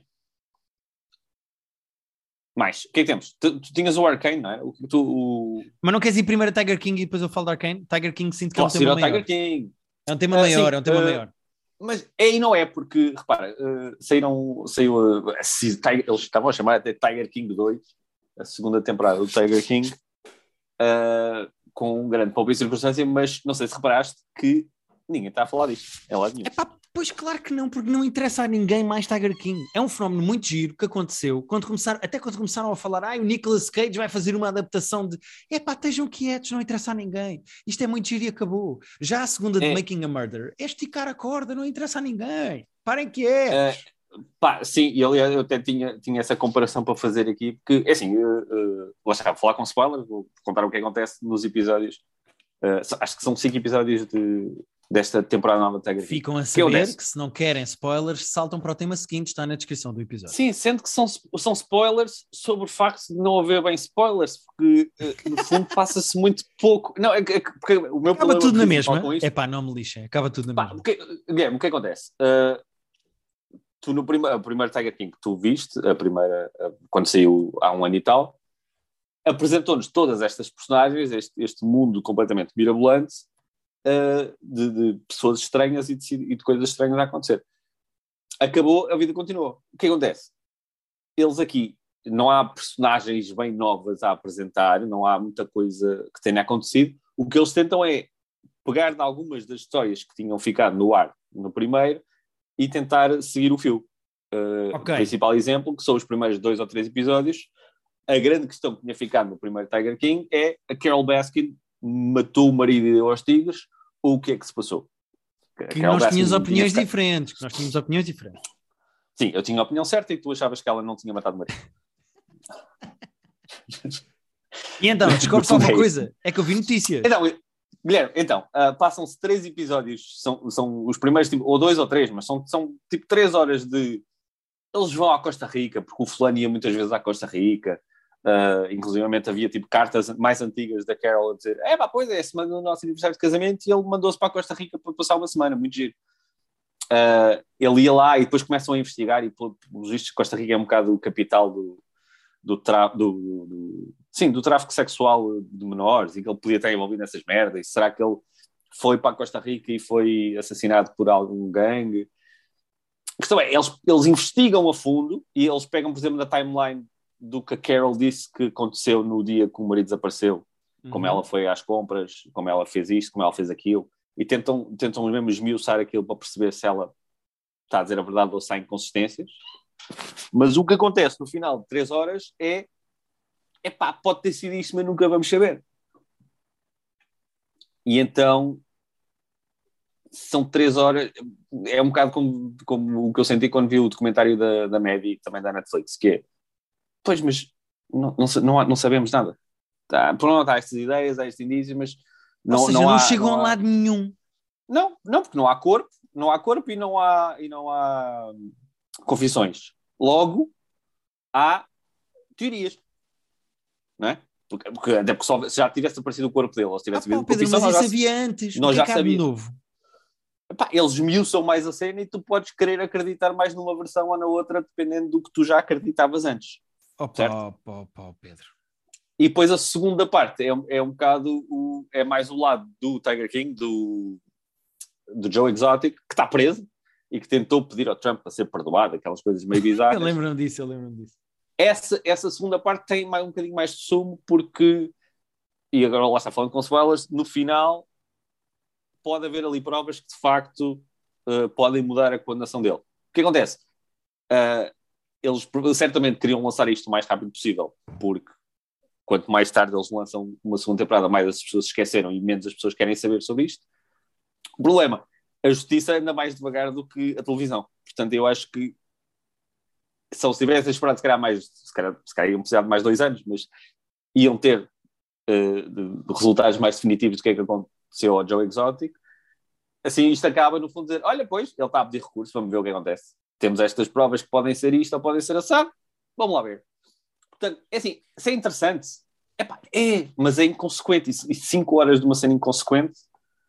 Mais, o que é que temos? Tu tinhas o Arcane, não é? Mas não queres ir primeiro a Tiger King e depois eu falo de Arcane? Tiger King sinto que é um tema maior. Tiger King. É um tema maior, é um tema maior. Mas é e não é, porque, repara, eles estavam a chamar até Tiger King 2, a segunda temporada do Tiger King, com um grande pompa e circunstância, mas não sei se reparaste que ninguém está a falar disto. É lá nenhum. Pois claro que não, porque não interessa a ninguém mais Tiger King. É um fenómeno muito giro que aconteceu quando começaram a falar, o Nicolas Cage vai fazer uma adaptação de estejam quietos, não interessa a ninguém. Isto é muito giro e acabou. Já a segunda de Making a Murder é esticar a corda, não interessa a ninguém. Parem quietos. Sim, e aliás eu até tinha essa comparação para fazer aqui, porque, assim, lá está, vou falar com spoilers, vou contar o que acontece nos episódios. Acho que são 5 episódios desta temporada nova de Tiger King. Ficam a saber que se não querem spoilers, saltam para o tema seguinte, está na descrição do episódio. Sim, sendo que são spoilers sobre o facto de não haver bem spoilers, porque no fundo passa-se muito pouco. Não, porque o meu acaba tudo na mesma. Isto, não me lixem, acaba tudo na mesma. Guilherme, o que acontece? Tu no primeiro Tiger King que tu viste, quando saiu há um ano e tal, apresentou-nos todas estas personagens, este mundo completamente mirabolante, de pessoas estranhas e de coisas estranhas a acontecer. Acabou, a vida continuou. O que acontece? Eles aqui, não há personagens bem novas a apresentar, não há muita coisa que tenha acontecido. O que eles tentam é pegar em algumas das histórias que tinham ficado no ar no primeiro e tentar seguir o fio. O principal exemplo, que são os primeiros 2 ou 3 episódios, a grande questão que tinha ficado no primeiro Tiger King é a Carol Baskin matou o marido e deu aos tigres, ou o que é que se passou? Que nós tínhamos opiniões diferentes. Sim, eu tinha a opinião certa e tu achavas que ela não tinha matado o marido. E então, descobre-se alguma coisa? É que eu vi notícias. Então, Guilherme, passam-se 3 episódios, são os primeiros, ou 2 ou 3, mas são tipo 3 horas de... Eles vão à Costa Rica, porque o fulano ia muitas vezes à Costa Rica, inclusivamente havia tipo cartas mais antigas da Carol a dizer pois é semana do nosso aniversário de casamento e ele mandou-se para a Costa Rica para passar uma semana, muito giro. Ele ia lá e depois começam a investigar e pelos vistos Costa Rica é um bocado o capital do tráfico sexual de menores e que ele podia estar envolvido nessas merdas. E será que ele foi para a Costa Rica e foi assassinado por algum gangue? A questão é, eles investigam a fundo e eles pegam, por exemplo, na timeline do que a Carol disse que aconteceu no dia que o marido desapareceu, como ela foi às compras, como ela fez isto, como ela fez aquilo, e tentam mesmo esmiuçar aquilo para perceber se ela está a dizer a verdade ou se há inconsistências. Mas o que acontece no final de 3 horas pode ter sido isto, mas nunca vamos saber. E então são 3 horas, é um bocado como o que eu senti quando vi o documentário da Maddie e também da Netflix, que é, pois, mas não sabemos nada. Pronto, há estas ideias, há estes indícios, mas não chegam a lado nenhum. Não, porque não há corpo e não há confissões. Logo, há teorias. Não é? Até porque se já tivesse aparecido o corpo dele, ou se tivesse havido confissão, mas isso havia antes. Nós já sabíamos. Novo. Eles esmiuçam mais a cena e tu podes querer acreditar mais numa versão ou na outra, dependendo do que tu já acreditavas antes. Pedro. E depois a segunda parte é um bocado é mais o lado do Tiger King, do Joe Exotic, que está preso e que tentou pedir ao Trump para ser perdoado, aquelas coisas meio bizarras. Eu lembro-me disso. Essa segunda parte tem um bocadinho mais de sumo, porque, e agora lá está falando com spoilers, no final pode haver ali provas que de facto podem mudar a condenação dele. O que acontece? Eles certamente queriam lançar isto o mais rápido possível, porque quanto mais tarde eles lançam uma segunda temporada, mais as pessoas se esqueceram e menos as pessoas querem saber sobre isto. O problema, a justiça anda mais devagar do que a televisão. Portanto, eu acho que se eles tivessem esperado, se calhar iam precisar de mais 2 anos, mas iam ter de resultados mais definitivos do que é que aconteceu ao Joe Exotic. Assim, isto acaba no fundo de dizer, olha, pois, ele está a pedir recurso, vamos ver o que acontece. Temos estas provas que podem ser isto ou podem ser assado, vamos lá ver. Portanto, é assim, se é interessante, mas é inconsequente, e 5 horas de uma cena inconsequente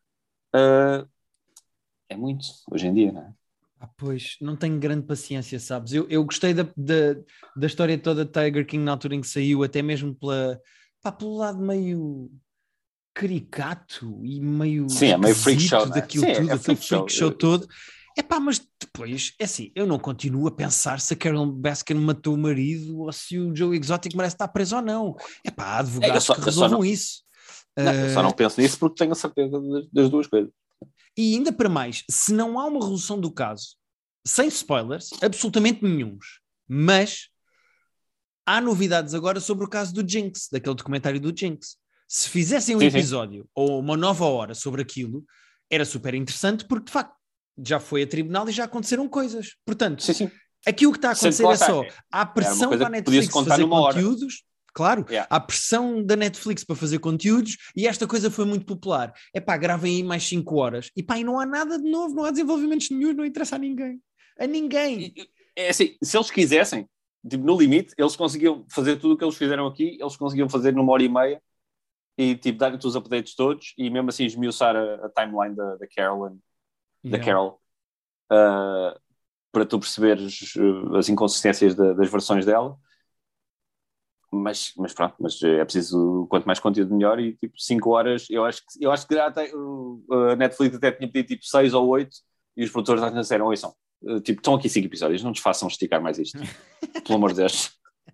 é muito, hoje em dia, não é? Pois, não tenho grande paciência, sabes? Eu gostei da história toda de Tiger King na altura em que saiu, até mesmo pelo lado meio caricato e meio freak show, daquilo tudo, aquele freak show todo. Epá, mas depois, é assim, eu não continuo a pensar se a Carol Baskin matou o marido ou se o Joe Exotic merece estar preso ou não. Epá, há advogados que resolvam isso. Não, eu só não penso nisso porque tenho a certeza das duas coisas. E ainda para mais, se não há uma resolução do caso, sem spoilers, absolutamente nenhuns, mas há novidades agora sobre o caso do Jinx, daquele documentário do Jinx. Se fizessem um episódio ou uma nova hora sobre aquilo, era super interessante porque, de facto, já foi a tribunal e já aconteceram coisas. Portanto, aqui o que está a acontecer é só há pressão para a Netflix fazer conteúdos. Claro, há pressão da Netflix para fazer conteúdos e esta coisa foi muito popular. Epá, gravem aí mais 5 horas. E pá, e não há nada de novo, não há desenvolvimentos nenhum, não interessa a ninguém. A ninguém. É assim, se eles quisessem, tipo, no limite, eles conseguiam fazer tudo o que eles fizeram aqui, eles conseguiam fazer numa hora e meia e tipo, dar-lhe os updates todos e mesmo assim esmiuçar a timeline da Carol, da Carol para tu perceberes as inconsistências das versões dela. Mas pronto, mas é preciso quanto mais conteúdo melhor e tipo 5 horas, eu acho que até, a Netflix até tinha pedido tipo 6 ou 8 e os produtores já disseram, ouçam, tipo, estão aqui 5 episódios, não nos façam esticar mais isto, pelo amor de Deus.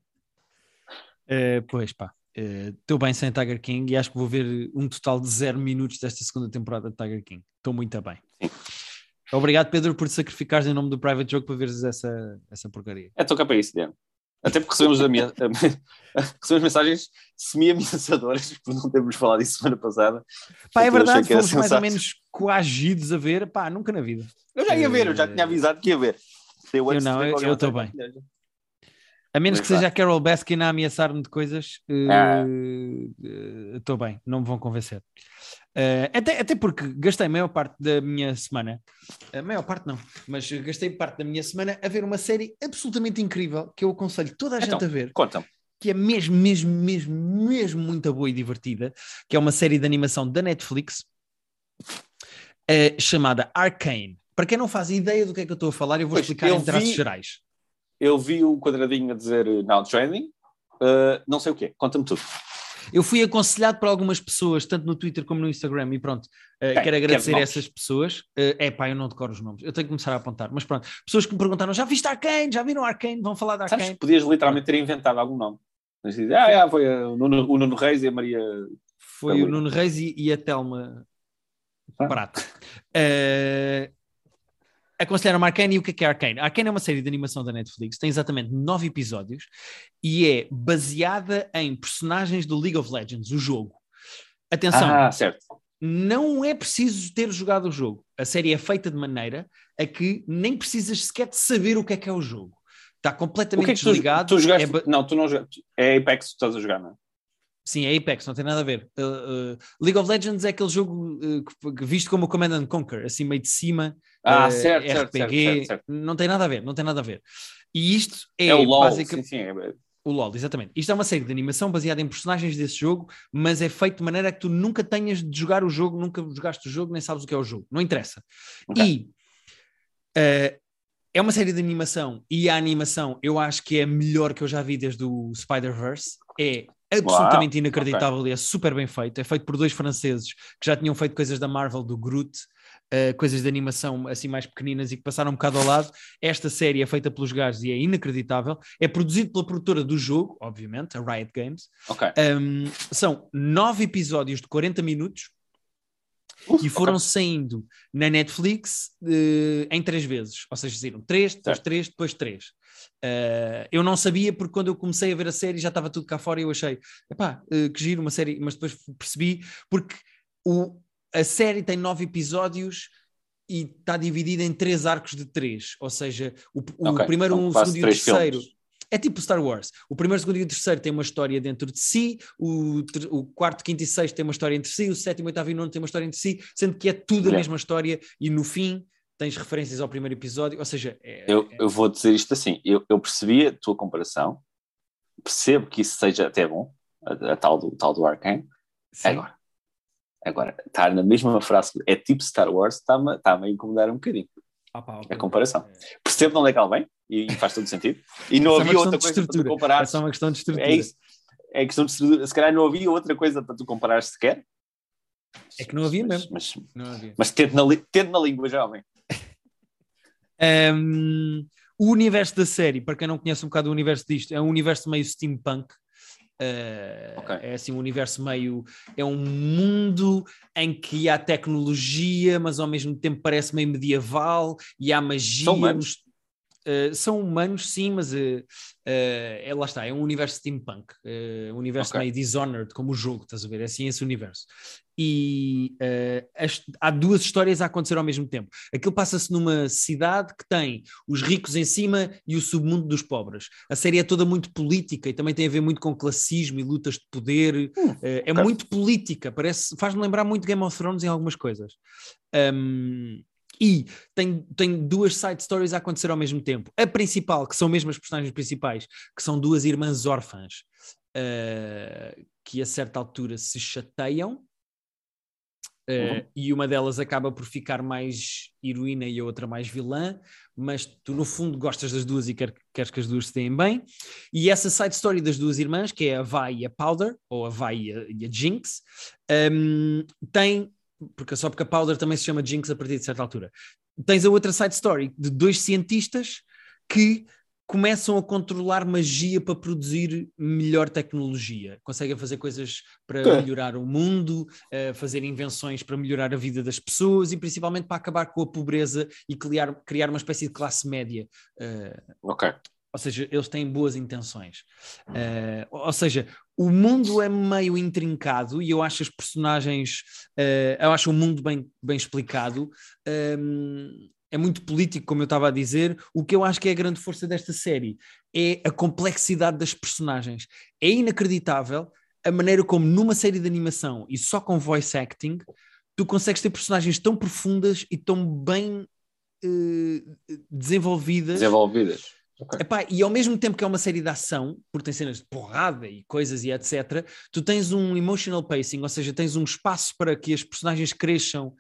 Pois pá, estou bem sem Tiger King e acho que vou ver um total de 0 minutos desta segunda temporada de Tiger King, estou muito bem. Sim. Obrigado, Pedro, por te sacrificares em nome do Private Joke para veres essa porcaria. Estou cá para isso, Diana. Até porque recebemos mensagens semi-ameaçadoras por não termos falado isso semana passada. Pá, é verdade, fomos mais ou menos coagidos a ver. Pá, nunca na vida. Eu já ia ver, eu já tinha avisado que ia ver. Eu estou bem. A menos que seja a Carol Baskin a ameaçar-me de coisas, estou bem, não me vão convencer. Até porque gastei a maior parte da minha semana, a maior parte não, mas gastei parte da minha semana a ver uma série absolutamente incrível que eu aconselho toda a gente a ver. Conta-me. Que é mesmo muito boa e divertida, que é uma série de animação da Netflix chamada Arcane. Para quem não faz ideia do que é que eu estou a falar, eu vou explicar em traços gerais. Eu vi o quadradinho a dizer Now Training, não sei o quê, conta-me tudo. Eu fui aconselhado por algumas pessoas, tanto no Twitter como no Instagram, e pronto, quero agradecer a essas pessoas. Eu não decoro os nomes, eu tenho que começar a apontar, mas pronto, pessoas que me perguntaram, já viste Arcane? Já viram Arcane? Vão falar de Arcane? Sabes, podias literalmente ter inventado algum nome. Foi o Nuno Reis e a Maria... Foi o Nuno Reis e a Telma Prata. Aconselharam Arcane. E o que é Arcane? Arcane é uma série de animação da Netflix, tem exatamente 9 episódios e é baseada em personagens do League of Legends, o jogo. Atenção, certo. Não é preciso ter jogado o jogo. A série é feita de maneira a que nem precisas sequer de saber o que é o jogo. Está completamente desligado. Tu jogaste... Não, tu não jogaste. É Apex que tu estás a jogar, não é? Sim, é Apex, não tem nada a ver. League of Legends é aquele jogo visto como o Command and Conquer, assim meio de cima, RPG, certo. Não tem nada a ver. E isto é o LOL, basicamente... sim, o LOL, exatamente. Isto é uma série de animação baseada em personagens desse jogo, mas é feito de maneira que tu nunca tenhas de jogar o jogo, nunca jogaste o jogo, nem sabes o que é o jogo. Não interessa. Okay. E é uma série de animação, e a animação eu acho que é a melhor que eu já vi desde o Spider-Verse. É absolutamente inacreditável e é super bem feito. É feito por 2 franceses que já tinham feito coisas da Marvel, do Groot, coisas de animação assim mais pequeninas e que passaram um bocado ao lado. Esta série é feita pelos gajos e é inacreditável. É produzido pela produtora do jogo, obviamente, a Riot Games. São 9 episódios de 40 minutos e foram saindo na Netflix em 3 vezes. Ou seja, saíram 3, depois 3, depois 3. Eu não sabia porque quando eu comecei a ver a série já estava tudo cá fora e eu achei, que giro uma série, mas depois percebi porque a série tem 9 episódios e está dividida em 3 arcos de 3, ou seja, o primeiro, o segundo e o terceiro filmes. É tipo Star Wars. O primeiro, segundo e o terceiro tem uma história dentro de si, o quarto, quinto e sexto tem uma história entre si, o sétimo, oitavo e nono tem uma história entre si, sendo que é tudo a mesma história e no fim tens referências ao primeiro episódio, ou seja... Eu vou dizer isto assim, eu percebi a tua comparação, percebo que isso seja até bom, a tal do Arcane. Agora, estar na mesma frase, é tipo Star Wars, está-me a incomodar um bocadinho. A comparação. Percebo de onde é que ela vem e faz todo sentido. E não havia outra coisa para tu comparar. É só uma questão de estrutura. É isso. É questão de estrutura. Se calhar não havia outra coisa para tu comparar sequer. É que não havia mesmo. Mas tente na língua, jovem. O universo da série, para quem não conhece um bocado o universo disto, é um universo meio steampunk. É assim um universo meio... É um mundo em que há tecnologia, mas ao mesmo tempo parece meio medieval, e há magia. São humanos? São humanos, sim, mas lá está, é um universo steampunk, um universo meio Dishonored, como o jogo, estás a ver? É assim esse universo. E há duas histórias a acontecer ao mesmo tempo. Aquilo passa-se numa cidade que tem os ricos em cima e o submundo dos pobres. A série é toda muito política e também tem a ver muito com classismo e lutas de poder. É muito política, faz-me lembrar muito Game of Thrones em algumas coisas. E tem duas side stories a acontecer ao mesmo tempo. A principal, que são mesmo as personagens principais, que são duas irmãs órfãs, que a certa altura se chateiam, e uma delas acaba por ficar mais heroína e a outra mais vilã, mas tu no fundo gostas das duas e queres que as duas se deem bem. E essa side story das duas irmãs, que é a Vi e a Powder, ou a Vi e a Jinx, tem... Só porque a Powder também se chama Jinx a partir de certa altura. Tens a outra side story de dois cientistas que começam a controlar magia para produzir melhor tecnologia. Conseguem fazer coisas para melhorar o mundo, fazer invenções para melhorar a vida das pessoas e principalmente para acabar com a pobreza e criar uma espécie de classe média. Ou seja, eles têm boas intenções. Ou seja, o mundo é meio intrincado e eu acho as personagens, eu acho o mundo bem explicado. É muito político, como eu estava a dizer. O que eu acho que é a grande força desta série é a complexidade das personagens. É inacreditável a maneira como numa série de animação e só com voice acting, tu consegues ter personagens tão profundas e tão bem desenvolvidas. Epá, e ao mesmo tempo que é uma série de ação, porque tem cenas de porrada e coisas e etc., tu tens um emotional pacing, ou seja, tens um espaço para que as personagens cresçam.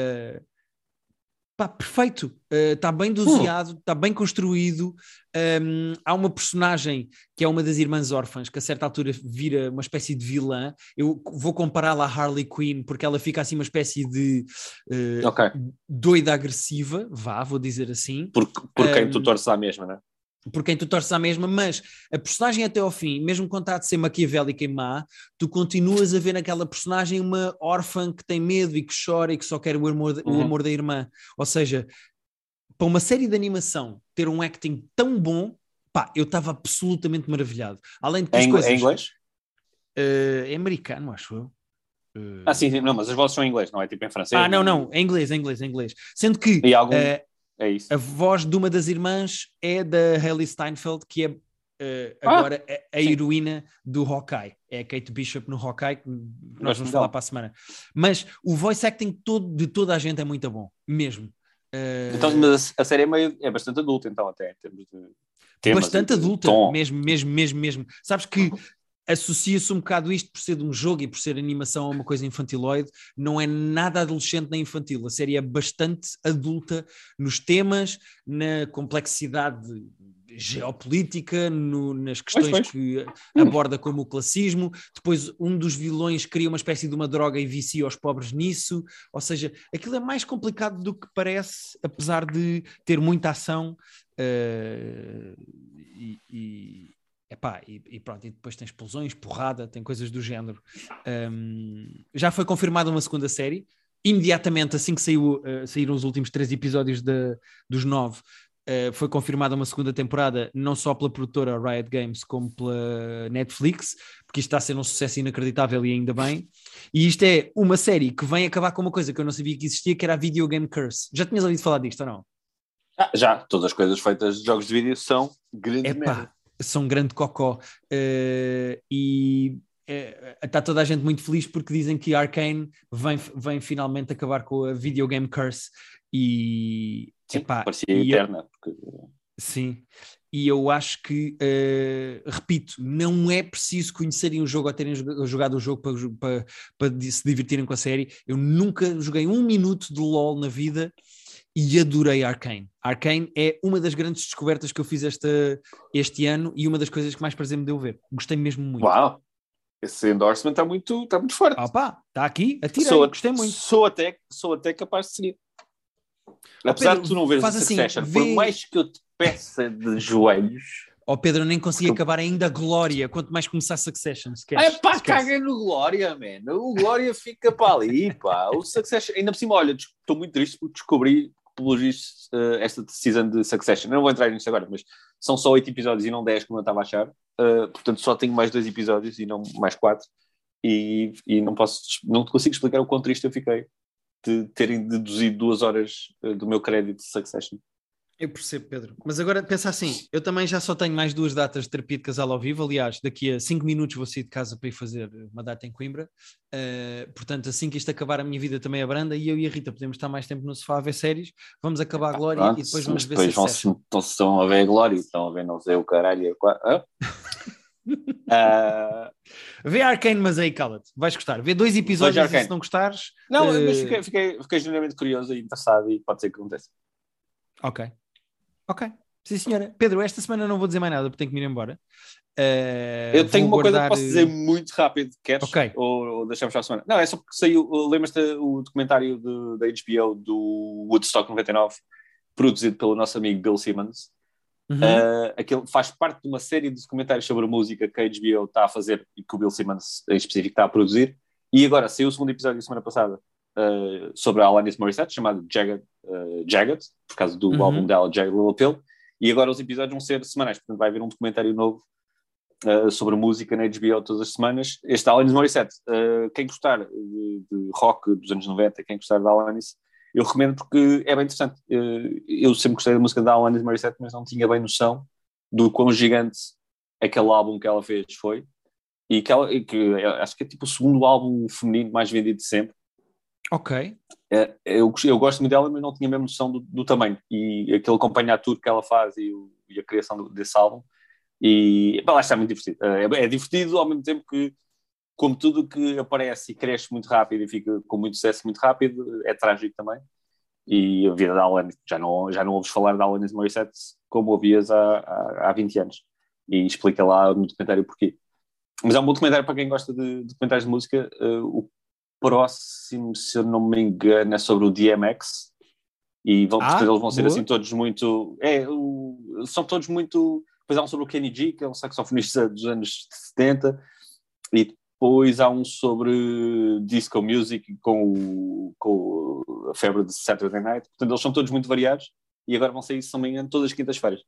Perfeito, está bem doseado, está bem construído. Há uma personagem que é uma das irmãs órfãs, que a certa altura vira uma espécie de vilã. Eu vou compará-la à Harley Quinn, porque ela fica assim uma espécie de doida agressiva, vou dizer assim. Por quem tu torces à mesma, não é? Por quem tu torces à mesma, mas a personagem até ao fim, mesmo quando está de ser maquiavélica e má, tu continuas a ver naquela personagem uma órfã que tem medo e que chora e que só quer o amor da irmã. Ou seja, para uma série de animação ter um acting tão bom, eu estava absolutamente maravilhado. Além de que as coisas... É inglês? É americano, acho eu. Sim, não, mas as vozes são em inglês, não é tipo em francês? Não, é inglês. Sendo que... É isso. A voz de uma das irmãs é da Hailey Steinfeld, que é agora a heroína do Hawkeye. É a Kate Bishop no Hawkeye, que nós vamos falar para a semana. Mas o voice acting de toda a gente é muito bom, mesmo. Então, mas a série é bastante adulta, então, até em termos de temas. Bastante adulta, tom. mesmo. Sabes que associa-se um bocado isto por ser de um jogo e por ser animação a uma coisa infantiloide, não é nada adolescente nem infantil. A série é bastante adulta nos temas, na complexidade geopolítica, nas questões que aborda como o classismo. Depois um dos vilões cria uma espécie de uma droga e vicia os pobres nisso. Ou seja, aquilo é mais complicado do que parece, apesar de ter muita ação e pronto, e depois tem explosões, porrada, tem coisas do género. Já foi confirmada uma segunda série, imediatamente assim que saíram os últimos 3 episódios dos 9, foi confirmada uma segunda temporada, não só pela produtora Riot Games, como pela Netflix, porque isto está a ser um sucesso inacreditável e ainda bem. E isto é uma série que vem acabar com uma coisa que eu não sabia que existia, que era a Video Game Curse. Já tinhas ouvido falar disto ou não? Já, todas as coisas feitas de jogos de vídeo são grande merda. São grande cocó. Está toda a gente muito feliz porque dizem que Arcane vem finalmente acabar com a Video Game Curse. E parecia eterna. Sim, e eu acho que, repito, não é preciso conhecerem o jogo ou terem jogado o jogo para se divertirem com a série. Eu nunca joguei 1 minuto de LOL na vida e adorei Arcane. Arcane é uma das grandes descobertas que eu fiz este ano e uma das coisas que mais prazer me deu ver. Gostei mesmo muito. Uau! Esse endorsement está muito forte. Está aqui, atirei, gostei muito. Sou até capaz de seguir. Apesar Pedro, de tu não veres a faz assim, Succession, vê- por mais que eu te peça de joelhos... Pedro, eu nem consegui acabar ainda Glória, quanto mais começar Succession, É esquece. pá, esquece. caga no Glória, man. O Glória fica para ali, pá. O Succession, ainda por cima, olha, estou muito triste porque descobri, pelos vistos, esta season de Succession. Eu não vou entrar nisso agora, mas são só 8 episódios e não 10, como eu estava a achar. Portanto, só tenho mais 2 episódios e não mais 4. E não consigo explicar o quão triste eu fiquei de terem deduzido 2 horas do meu crédito de Succession. Eu percebo, Pedro. Mas agora pensa assim, eu também já só tenho mais 2 datas de terapia de casal ao vivo. Aliás, daqui a 5 minutos vou sair de casa para ir fazer uma data em Coimbra. Portanto, assim que isto acabar, a minha vida também abranda e eu e a Rita podemos estar mais tempo no sofá a ver séries. Vamos acabar a Glória Pronto, e depois vamos mas ver depois Succession. estão a ver a Glória, estão a ver não sei o caralho. Vê Arcane, mas aí cala-te. Vais gostar. Vê 2 Veja episódios e Arcane. se não gostares... Não, mas fiquei genuinamente curioso e interessado e pode ser que aconteça. Ok. Sim, senhora. Pedro, esta semana não vou dizer mais nada porque tenho que me ir embora. Eu tenho vou uma coisa que guardar... posso dizer muito rápido, queres? Ok. Ou deixamos para a semana? Não, é só porque saiu, lembras-te o documentário da HBO do Woodstock 99, produzido pelo nosso amigo Bill Simmons. Aquele faz parte de uma série de documentários sobre música que a HBO está a fazer e que o Bill Simmons em específico está a produzir. E agora saiu o segundo episódio da semana passada sobre a Alanis Morissette, chamado Jagged, por causa do álbum dela, Jagged Little Pill. E agora os episódios vão ser semanais, portanto vai haver um documentário novo sobre música na HBO todas as semanas. Este Alanis Morissette, quem gostar de rock dos anos 90, quem gostar da Alanis, eu recomendo porque é bem interessante. Eu sempre gostei da música da Alanis Morissette, mas não tinha bem noção do quão gigante aquele álbum que ela fez foi. E que acho que é tipo o segundo álbum feminino mais vendido de sempre. Ok. Eu gosto muito dela, mas não tinha mesmo noção do tamanho. E aquele acompanhar tudo que ela faz e a criação desse álbum. E lá está muito divertido. É divertido ao mesmo tempo que, como tudo que aparece e cresce muito rápido e fica com muito sucesso muito rápido, é trágico também. E a vida da Alanis, já não ouves falar da Alanis Morissette como ouvias há 20 anos. E explica lá no documentário porquê. Mas é um bom documentário para quem gosta de documentários de música. O próximo, se eu não me engano, é sobre o DMX. E depois eles vão ser assim todos muito... são todos muito... Depois há um sobre o Kenny G, que é um saxofonista dos anos 70. E depois há um sobre disco music com a febre de Saturday Night. Portanto, eles são todos muito variados. E agora vão sair, se não me engano, todas as quintas-feiras.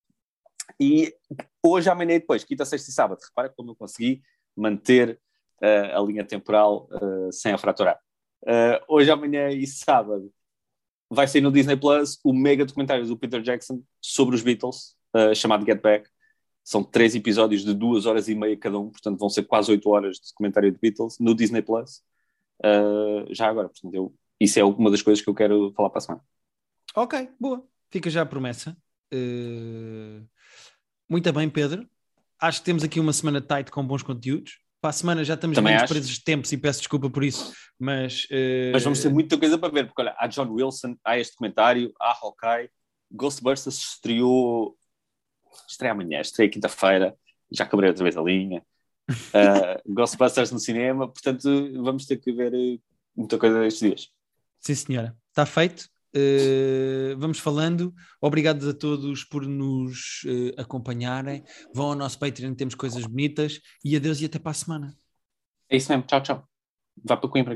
E hoje, amanhã e depois, quinta, sexta e sábado, repara como eu consegui manter a linha temporal sem a fraturar. Hoje, amanhã e sábado vai sair no Disney Plus o mega documentário do Peter Jackson sobre os Beatles, chamado Get Back. São 3 episódios de 2 horas e meia cada um, portanto vão ser quase 8 horas de documentário de Beatles no Disney Plus. Já agora, portanto, isso é uma das coisas que eu quero falar para a semana. Ok, boa. Fica já a promessa. Muito bem, Pedro. Acho que temos aqui uma semana tight com bons conteúdos. Para a semana já estamos menos presos de tempos e peço desculpa por isso, mas vamos ter muita coisa para ver, porque olha, há John Wilson, há este documentário, há Hawkeye, Ghostbusters estreia amanhã, estreia quinta-feira, já quebrei outra vez a linha. Ghostbusters no cinema, portanto vamos ter que ver muita coisa estes dias. Sim, senhora. Está feito. Vamos falando. Obrigado a todos por nos acompanharem. Vão ao nosso Patreon, temos coisas bonitas. E adeus e até para a semana. É isso mesmo. Tchau, tchau. Vá para Coimbra.